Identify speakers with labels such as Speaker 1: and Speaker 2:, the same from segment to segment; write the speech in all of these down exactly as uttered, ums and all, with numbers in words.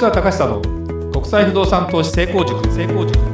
Speaker 1: 川隆久の国際不動産投資成功塾。成功塾。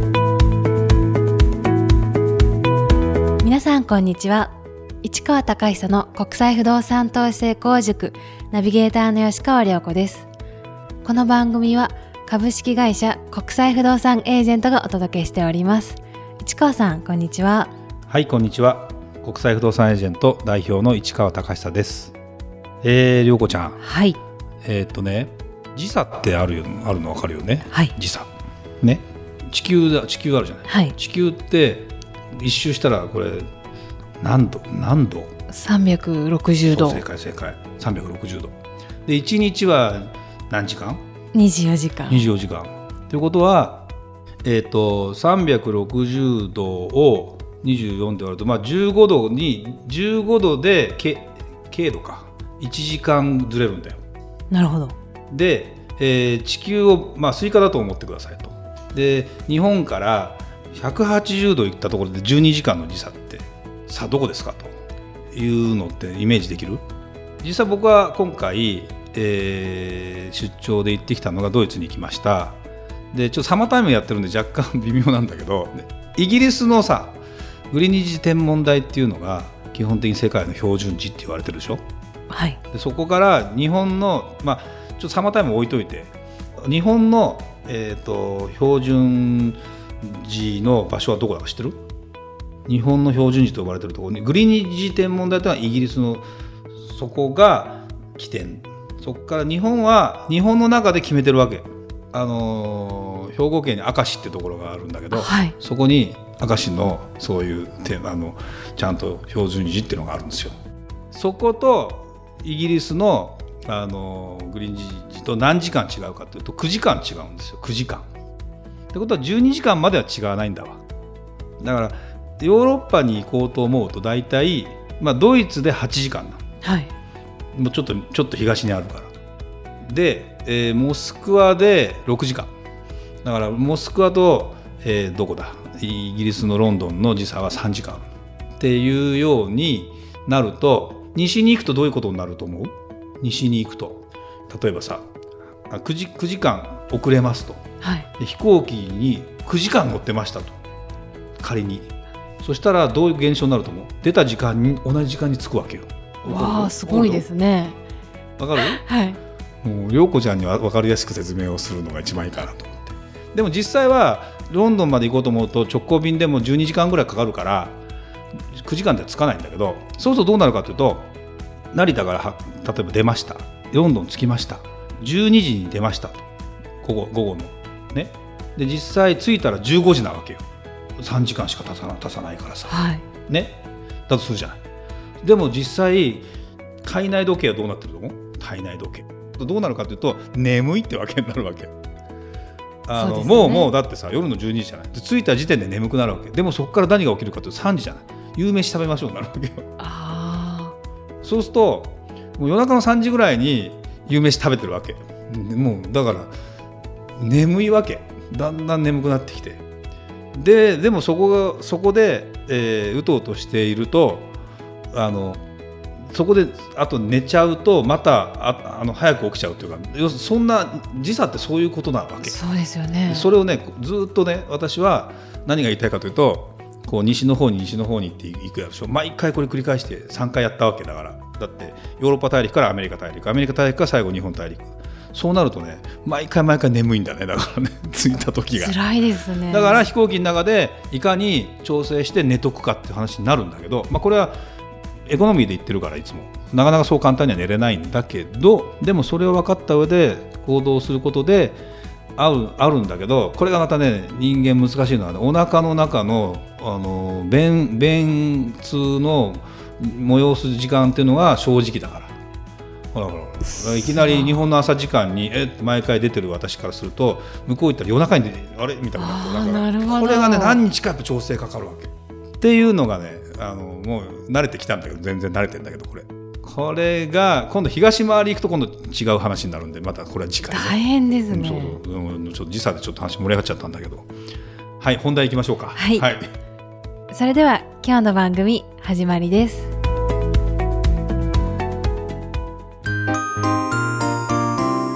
Speaker 2: 皆さんこんにちは。市川隆久の国際不動産投資成功塾ナビゲーターの吉川良子です。この番組は株式会社国際不動産エージェントがお届けしております。市川さんこんにちは。
Speaker 1: はい、こんにちは。国際不動産エージェント代表の市川隆久です。えー、良子ちゃん。
Speaker 2: はい。
Speaker 1: えー、っとね時差ってあるよあるの分かるよね。
Speaker 2: はい。
Speaker 1: 時差ね。地球だ地球あるじゃない。
Speaker 2: はい。
Speaker 1: 地球って一周したらこれ何度何度
Speaker 2: さんびゃくろくじゅうど。
Speaker 1: 正解正解さんびゃくろくじゅうどでいちにちは何時間？
Speaker 2: にじゅうよじかん。
Speaker 1: にじゅうよじかんということは、えー、とさんびゃくろくじゅうどをにじゅうよんで割ると、まあ、じゅうごどにじゅうごどで経度かいちじかんずれるんだよ。
Speaker 2: なるほど。で、
Speaker 1: えー、地球を、まあ、スイカだと思ってくださいと。で日本からひゃくはちじゅうど行ったところでじゅうにじかんの時差ってさあどこですかというのってイメージできる？実際僕は今回、えー、出張で行ってきたのがドイツに行きました。でちょっとサマータイムやってるんで若干微妙なんだけど、イギリスのさグリニッジ天文台っていうのが基本的に世界の標準時って言われてるでしょ。
Speaker 2: はい。
Speaker 1: でそこから日本の、まあ、ちょっとサマータイム置いといて日本の、えーと、標準時の場所はどこだか知ってる？日本の標準時と呼ばれてるところにグリニッジ天文台というのはイギリスのそこが起点。そこから日本は日本の中で決めてるわけ。あのー、兵庫県に明石ってところがあるんだけど、
Speaker 2: はい、
Speaker 1: そこに明石のそういうあのちゃんと標準時っていうのがあるんですよ。そことイギリスの、あのグリーン時と何時間違うかというとくじかん違うんですよ。くじかんってことはじゅうにじかんまでは違わないんだわ。だからヨーロッパに行こうと思うと大体、まあ、ドイツではちじかんな、
Speaker 2: はい、
Speaker 1: もうちょっとちょっと東にあるからで、えー、モスクワでろくじかんだからモスクワと、えー、どこだイギリスのロンドンの時差はさんじかんっていうようになると西に行くとどういうことになると思う？西に行くと例えばさ 9, 時くじかん遅れますと、
Speaker 2: はい、
Speaker 1: で飛行機にくじかん乗ってましたと仮にそしたらどういう現象になると思う？出た時間に同じ時間に着くわけよ。
Speaker 2: わあすごいですね。
Speaker 1: わかる？
Speaker 2: はい。
Speaker 1: もう涼子ちゃんには分かりやすく説明をするのが一番いいかなと思って。でも実際はロンドンまで行こうと思うと直行便でもじゅうにじかんぐらいかかるからくじかんでは着かないんだけど、そうするとどうなるかというと成田から例えば出ましたロンドン着きましたじゅうにじに出ましたと午後、午後のねで実際着いたらじゅうごじなわけよ。さんじかんしか経さな、経さないからさ、はいね、だとするじゃない。でも実際体内時計はどうなってると思う？体内時計どうなるかというと眠いってわけになるわけ。あの、ね、もうもうだってさ夜のじゅうにじじゃない。着いた時点で眠くなるわけ。でもそこから何が起きるかというとさんじじゃない。夕飯食べましょうになるわけよ。あそうするともう夜中のさんじぐらいに夕飯食べてるわけ。もうだから眠いわけ。だんだん眠くなってきてで, でもそこがそこで、えー、うとうとしているとあのそこであと寝ちゃうとまた あ, あの早く起きちゃうというか要するにそんな時差ってそういうことなわけ。
Speaker 2: そうですよね。
Speaker 1: それをねずっとね私は何が言いたいかというとこう西の方に西の方にっていくでしょ。毎回これ繰り返してさんかいやったわけだから。だってヨーロッパ大陸からアメリカ大陸アメリカ大陸から最後日本大陸そうなるとね毎回毎回眠いんだね。だからね着いた時が
Speaker 2: 辛いですね。
Speaker 1: だから飛行機の中でいかに調整して寝とくかっていう話になるんだけど、まあ、これはエコノミーで言ってるからいつもなかなかそう簡単には寝れないんだけどでもそれを分かった上で行動することであ る, あるんだけどこれがまたね人間難しいのは、ね、お腹の中の、あの 便, 便通の催す時間っていうのが正直だからほらほらほらいきなり日本の朝時間にえって毎回出てる私からすると向こう行ったら夜中にあれみたいになってだからこれがね何日かやっぱ調整かかるわけっていうのがねあのもう慣れてきたんだけど全然慣れてんだけどこれこれが今度東回り行くと今度違う話になるんでまたこれは次回、ね、
Speaker 2: 大変ですね。
Speaker 1: そうそうちょっと時差でちょっと話盛り上がっちゃったんだけどはい本題行きましょうか。
Speaker 2: はい、はい、それでは今日の番組始まりです。キューアン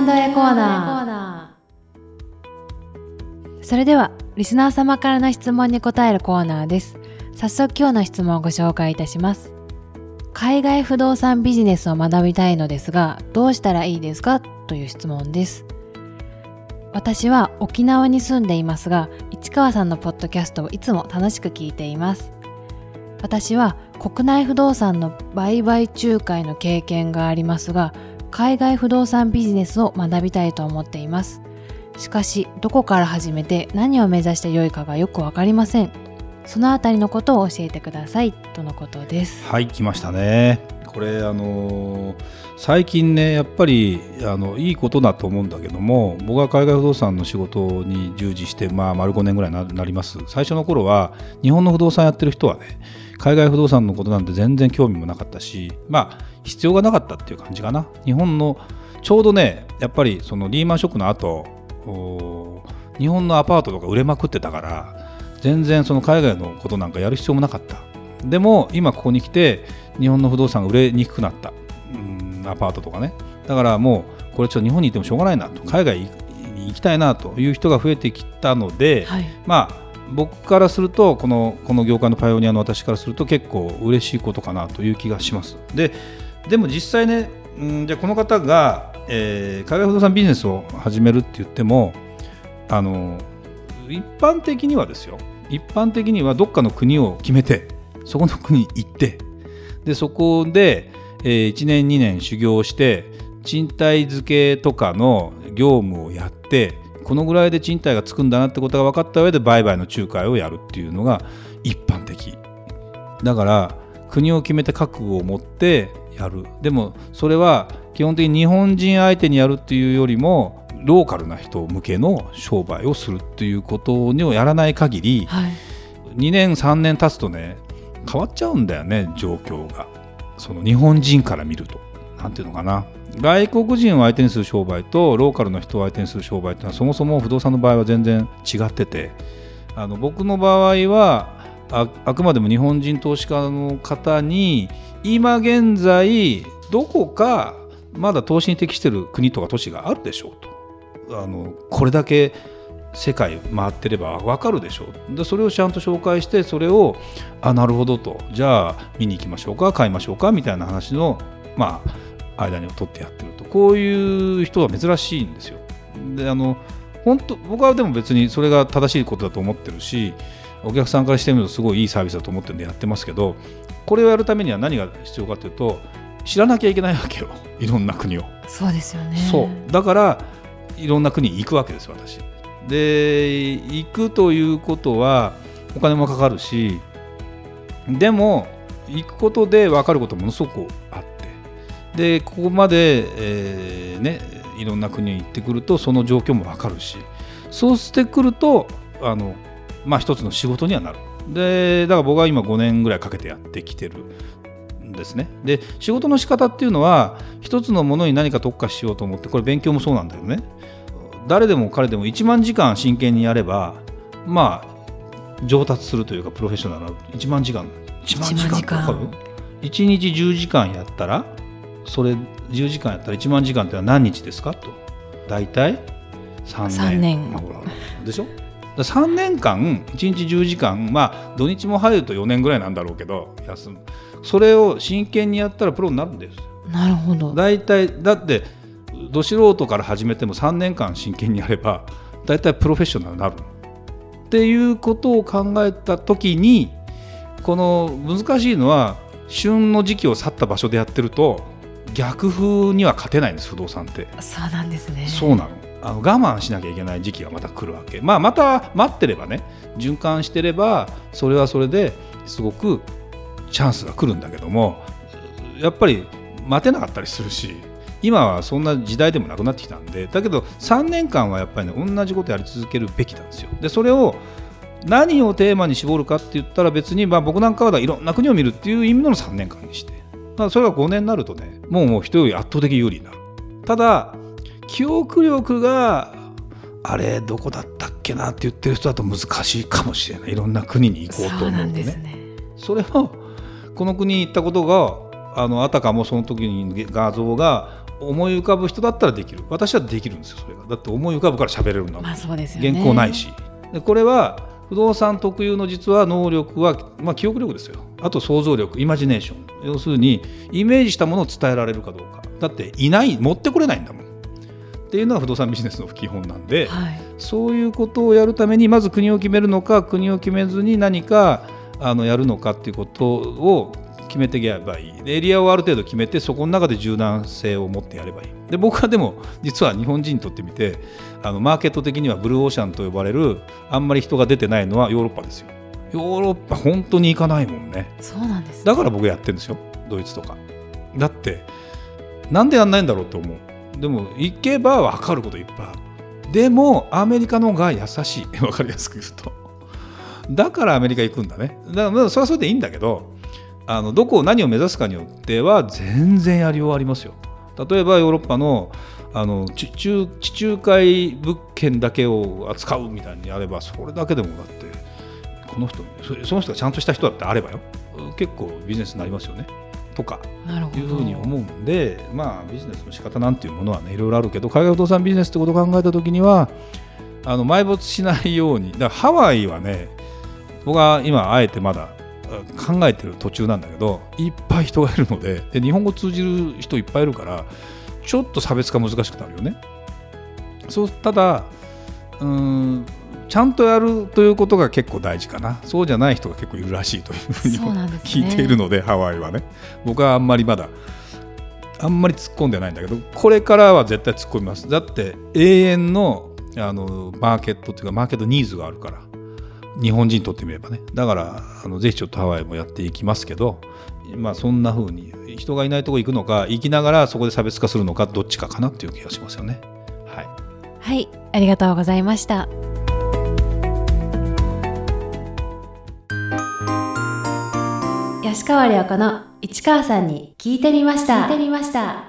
Speaker 2: アンドエー コーナー。それではリスナー様からの質問に答えるコーナーです。早速今日の質問をご紹介いたします。海外不動産ビジネスを学びたいのですが、どうしたらいいですかという質問です。私は沖縄に住んでいますが、市川さんのポッドキャストをいつも楽しく聞いています。私は国内不動産の売買仲介の経験がありますが、海外不動産ビジネスを学びたいと思っています。しかし、どこから始めて何を目指してよいかがよくわかりません。そのあたりのことを教えてくださいとのことです。
Speaker 1: はい、来ましたね。これあのー、最近ねやっぱりあのいいことだと思うんだけども、僕は海外不動産の仕事に従事して、まあ、丸ごねんぐらいになります。最初の頃は日本の不動産やってる人はね、海外不動産のことなんて全然興味もなかったし、まあ必要がなかったっていう感じかな。日本のちょうどねやっぱりそのリーマンショックの後、日本のアパートとか売れまくってたから、全然その海外のことなんかやる必要もなかった。でも今ここに来て日本の不動産が売れにくくなった、うん、アパートとかね。だからもうこれちょっと日本にいてもしょうがないなと、海外に行きたいなという人が増えてきたので、はい、まあ僕からするとこの、この業界のパイオニアの私からすると結構嬉しいことかなという気がします。で、でも実際ね、うん、じゃあこの方が、えー、海外不動産ビジネスを始めるって言っても、あの一般的にはですよ一般的にはどっかの国を決めて、そこの国に行って、でそこで、えー、いちねんにねん修行して、賃貸付けとかの業務をやって、このぐらいで賃貸がつくんだなってことが分かった上で売買の仲介をやるっていうのが一般的だから、国を決めて覚悟を持ってやる。でもそれは基本的に日本人相手にやるっていうよりも、ローカルな人向けの商売をするっていうことをやらない限り、はい、にねんさんねん経つとね変わっちゃうんだよね、状況が。その日本人から見るとなんていうのかな、外国人を相手にする商売とローカルの人を相手にする商売っていうのはそもそも不動産の場合は全然違ってて、あの僕の場合は あ, あくまでも日本人投資家の方に今現在どこかまだ投資に適している国とか都市があるでしょうと。あのこれだけ世界回ってれば分かるでしょう。でそれをちゃんと紹介して、それをあなるほどと、じゃあ見に行きましょうか、買いましょうかみたいな話の、まあ、間に取ってやってると、こういう人は珍しいんですよ。であの本当僕はでも別にそれが正しいことだと思ってるし、お客さんからしてみるとすごいいいサービスだと思ってるんでやってますけど、これをやるためには何が必要かというと、知らなきゃいけないわけよ、いろんな国を。
Speaker 2: そうですよね。
Speaker 1: そうだからいろんな国に行くわけです私で。行くということはお金もかかるし、でも行くことで分かることものすごくあって、でここまで、えーね、いろんな国に行ってくるとその状況も分かるし、そうしてくるとあの、まあ、一つの仕事にはなる。でだから僕は今ごねんぐらいかけてやってきてるんですね。で仕事の仕方っていうのは、一つのものに何か特化しようと思って、これ勉強もそうなんだよね。誰でも彼でもいちまんじかん真剣にやれば、まあ上達するというか、プロフェッショナルないちまんじかんいちまんじかんって分かる？いちにちじゅうじかんやったら、それじゅうじかんやったらいちまんじかんってのは何日ですかと。だいたいさんねん。さんねん、まあ、ほらでしょ。ださんねんかんいちにちじゅうじかん、まあ土日も入るとよねんぐらいなんだろうけど休む。それを真剣にやったらプロになるんです。
Speaker 2: なるほど。
Speaker 1: だいたいだってど素人から始めてもさんねんかん真剣にやればだいたいプロフェッショナルになるっていうことを考えたときに、この難しいのは旬の時期を去った場所でやってると逆風には勝てないんです、不動産って。
Speaker 2: そうなんですね。
Speaker 1: そうなの。あの我慢しなきゃいけない時期がまた来るわけ。まあ、また待ってればね、循環してればそれはそれですごくチャンスが来るんだけども、やっぱり待てなかったりするし、今はそんな時代でもなくなってきたんで、だけどさんねんかんはやっぱりね同じことやり続けるべきなんですよ。でそれを何をテーマに絞るかって言ったら、別にまあ僕なんかはいろんな国を見るっていう意味のさんねんかんにして、まあ、それがごねんになるとね、もうもう人より圧倒的有利になる。ただ記憶力があれどこだったっけなって言ってる人だと難しいかもしれない。いろんな国に行こうと思うとね。そうなんですね。それをこの国に行ったことがあのあたかもその時に画像が思い浮かぶ人だったらできる。私はできるんですよ。それがだって思い浮かぶから喋れるんだもん、
Speaker 2: まあそうですよね、
Speaker 1: 原稿ないし。でこれは不動産特有の実は能力は、まあ、記憶力ですよ。あと想像力、イマジネーション、要するにイメージしたものを伝えられるかどうか。だっていない持ってこれないんだもんっていうのが不動産ビジネスの基本なんで、はい、そういうことをやるためにまず国を決めるのか、国を決めずに何かあのやるのかっていうことを決めていけばいい。でエリアをある程度決めて、そこの中で柔軟性を持ってやればいい。で僕はでも実は日本人にとってみて、あのマーケット的にはブルーオーシャンと呼ばれるあんまり人が出てないのはヨーロッパですよ。ヨーロッパ本当に行かないもんね。
Speaker 2: そうなんですね。
Speaker 1: だから僕やってるんですよ、ドイツとか。だってなんでやんないんだろうと思う。でも行けば分かることいっぱいある。でもアメリカの方が優しい分かりやすく言うと。だからアメリカ行くんだね。だからそれはそれでいいんだけど、あのどこを何を目指すかによっては全然やりようありますよ。例えばヨーロッパの、あの地中、地中海物件だけを扱うみたいにやれば、それだけでもだってこの人その人がちゃんとした人だってあればよ、結構ビジネスになりますよねとかいうふうに思うんで、まあビジネスの仕方なんていうものはねいろいろあるけど、海外不動産ビジネスってことを考えたときにはあの埋没しないように。だからハワイはね、僕は今あえてまだ考えてる途中なんだけど、いっぱい人がいるの で, で日本語通じる人いっぱいいるから、ちょっと差別化難しくなるよね。そうただうーんちゃんとやるということが結構大事かな。そうじゃない人が結構いるらしいというふうに聞いているの で, で、ね、ハワイはね、僕はあんまりまだあんまり突っ込んでないんだけど、これからは絶対突っ込みます。だって永遠 の, あのマーケットというかマーケットニーズがあるから、日本人にとってみればね。だからあのぜひちょっとハワイもやっていきますけど、まあそんな風に人がいないところ行くのか、行きながらそこで差別化するのか、どっちかかなっていう気がしますよね。はい、
Speaker 2: はい、ありがとうございました。吉川亮子の市川さんに聞いてみました聞いてみました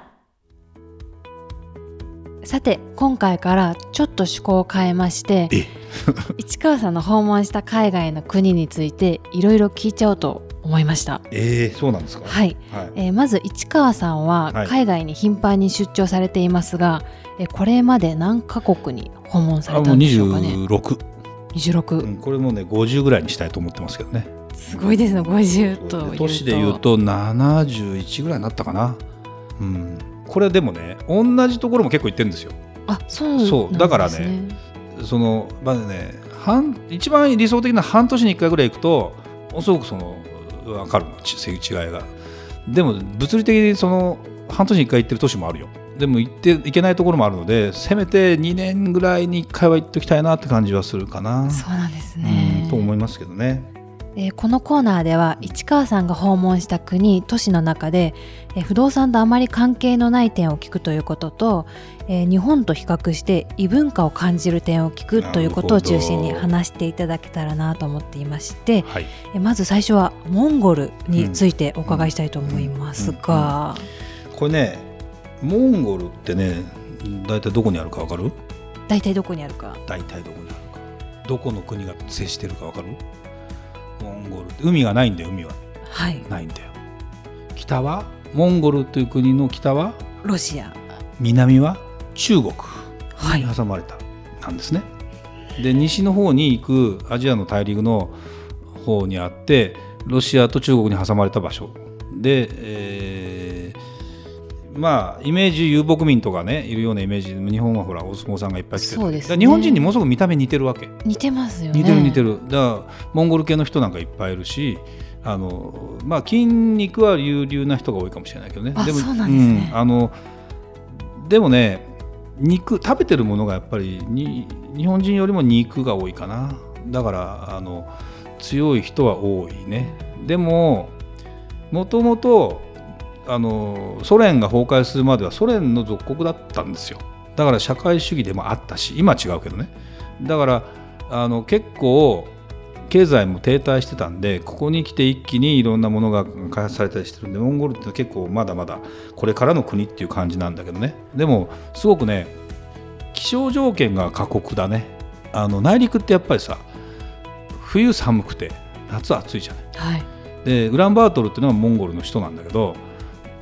Speaker 2: さて今回からちょっと趣向を変えまして市川さんの訪問した海外の国についていろいろ聞いちゃおうと思いました。
Speaker 1: えー、そうなんですか。
Speaker 2: はい、はいえー、まず市川さんは海外に頻繁に出張されていますが、はい、えこれまで何カ国に訪問されたんでしょうかね。
Speaker 1: にじゅうろく、
Speaker 2: にじゅうろく、
Speaker 1: うん、これもねごじゅうぐらいにしたいと思ってますけどね。
Speaker 2: すごいですね。ごじゅうというと
Speaker 1: 都市でいうとななじゅういちぐらいになったかな、うん、これでもね同じところも結構行ってるんですよ。
Speaker 2: あ、そうなんですね。
Speaker 1: そうだからね、そのまずね半一番理想的な半年にいっかいぐらい行くとすごくその分かる違いが。でも物理的にその半年にいっかい行ってる都市もあるよ。でも行って行けないところもあるので、せめてにねんぐらいにいっかいは行っておきたいなって感じはするかな。
Speaker 2: そうなんですね、
Speaker 1: うん、と思いますけどね。
Speaker 2: えー、このコーナーでは市川さんが訪問した国都市の中で、えー、不動産とあまり関係のない点を聞くということと、えー、日本と比較して異文化を感じる点を聞くということを中心に話していただけたらなと思っていまして、はい、えー、まず最初はモンゴルについてお伺いしたいと思いますが、
Speaker 1: これねモンゴルってね大体どこにあるか分かる？
Speaker 2: 大体どこにあるか
Speaker 1: 大体どこにあるかどこの国が接してるか分かる？モンゴルって海がないんだよ。海は、はい、ないんだよ。北はモンゴルという国の北は
Speaker 2: ロシア、
Speaker 1: 南は中国に挟まれたなんですね、はい、で西の方に行くアジアの大陸の方にあってロシアと中国に挟まれた場所で、えー、まあイメージ遊牧民とかねいるようなイメージ。日本はほらお相撲さんがいっぱい来てる。そうですね、日本人にものすごく見た目似てるわけ。
Speaker 2: 似てますよね。
Speaker 1: 似てる似てる。だからモンゴル系の人なんかいっぱいいるし、あの、まあ、筋肉は有流な人が多いかもしれないけどね。
Speaker 2: あ、でもそうなんですね、
Speaker 1: うん、あのでもね肉食べてるものがやっぱりに日本人よりも肉が多いかな。だからあの強い人は多いね。でももともとあのソ連が崩壊するまではソ連の属国だったんですよ。だから社会主義でもあったし、今は違うけどね。だからあの結構経済も停滞してたんで、ここに来て一気にいろんなものが開発されたりしてるんで、モンゴルって結構まだまだこれからの国っていう感じなんだけどね。でもすごくね気象条件が過酷だね。あの内陸ってやっぱりさ冬寒くて夏暑いじゃない、はい、でウランバートルっていうのはモンゴルの首都なんだけど、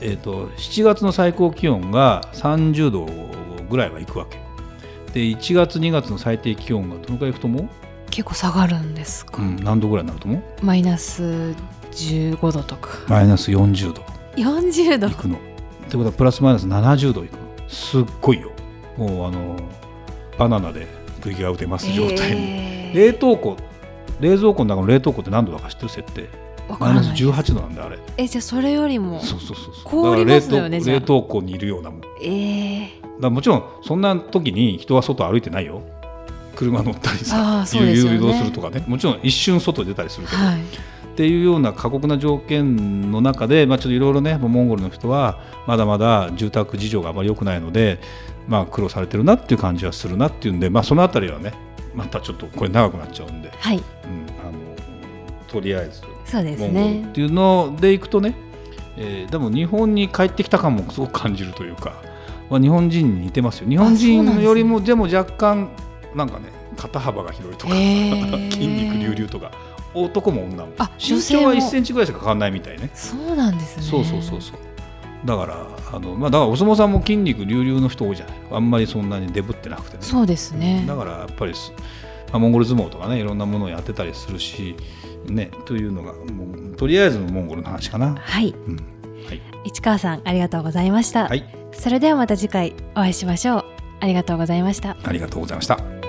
Speaker 1: えー、としちがつの最高気温がさんじゅうどぐらいはいくわけで、いちがつにがつの最低気温がどのくらいいくと思う？
Speaker 2: 結構下がるんですか？
Speaker 1: うん、何度ぐらいになると思う？
Speaker 2: マイナスじゅうごどとか。
Speaker 1: マイナスよんじゅうど
Speaker 2: よんじゅうど
Speaker 1: いくのってことはプラスマイナスななじゅうどいくの。すっごいよ。もうあのバナナで釘が打てます状態に、えー、冷凍庫冷蔵庫の中の冷凍庫って何度だか知ってる？設定マイナスじゅうはちどなんだあれ。
Speaker 2: えじゃあそれよりも
Speaker 1: そうそうそうそう
Speaker 2: 凍りますよね。
Speaker 1: 冷凍、冷凍庫にいるようなもん。
Speaker 2: えー、
Speaker 1: だもちろんそんな時に人は外歩いてないよ。車乗ったりさ、
Speaker 2: そうですよね、
Speaker 1: 移動するとかね、もちろん一瞬外に出たりするけど、
Speaker 2: はい、
Speaker 1: っていうような過酷な条件の中で、まあ、ちょっといろいろねモンゴルの人はまだまだ住宅事情があまり良くないので、まあ、苦労されてるなっていう感じはするなっていうんで、まあ、そのあたりはねまたちょっとこれ長くなっちゃうんで、
Speaker 2: はい、
Speaker 1: うん、あのとりあえず
Speaker 2: そうですね、
Speaker 1: モンゴルっていうのでいくとね、えー、でも日本に帰ってきた感もすごく感じるというか、まあ、日本人に似てますよ。日本人よりも で, でも若干なんかね肩幅が広いとか、えー、筋肉隆々とか、男も女も身長はいっセンチぐらいしか変わらないみたいね。
Speaker 2: そうなんですね。
Speaker 1: そうそうそうそう。だからあの、まあ、だからお相撲さんも筋肉隆々の人多いじゃない。あんまりそんなにデブってなくてね。
Speaker 2: そうですね。
Speaker 1: だからやっぱり、まあ、モンゴル相撲とかねいろんなものをやってたりするしね、というのがもうとりあえずのモンゴルの話かな。
Speaker 2: はい、うんはい、市川さんありがとうございました。
Speaker 1: はい、
Speaker 2: それではまた次回お会いしましょう。ありがとうございました。
Speaker 1: ありがとうございました。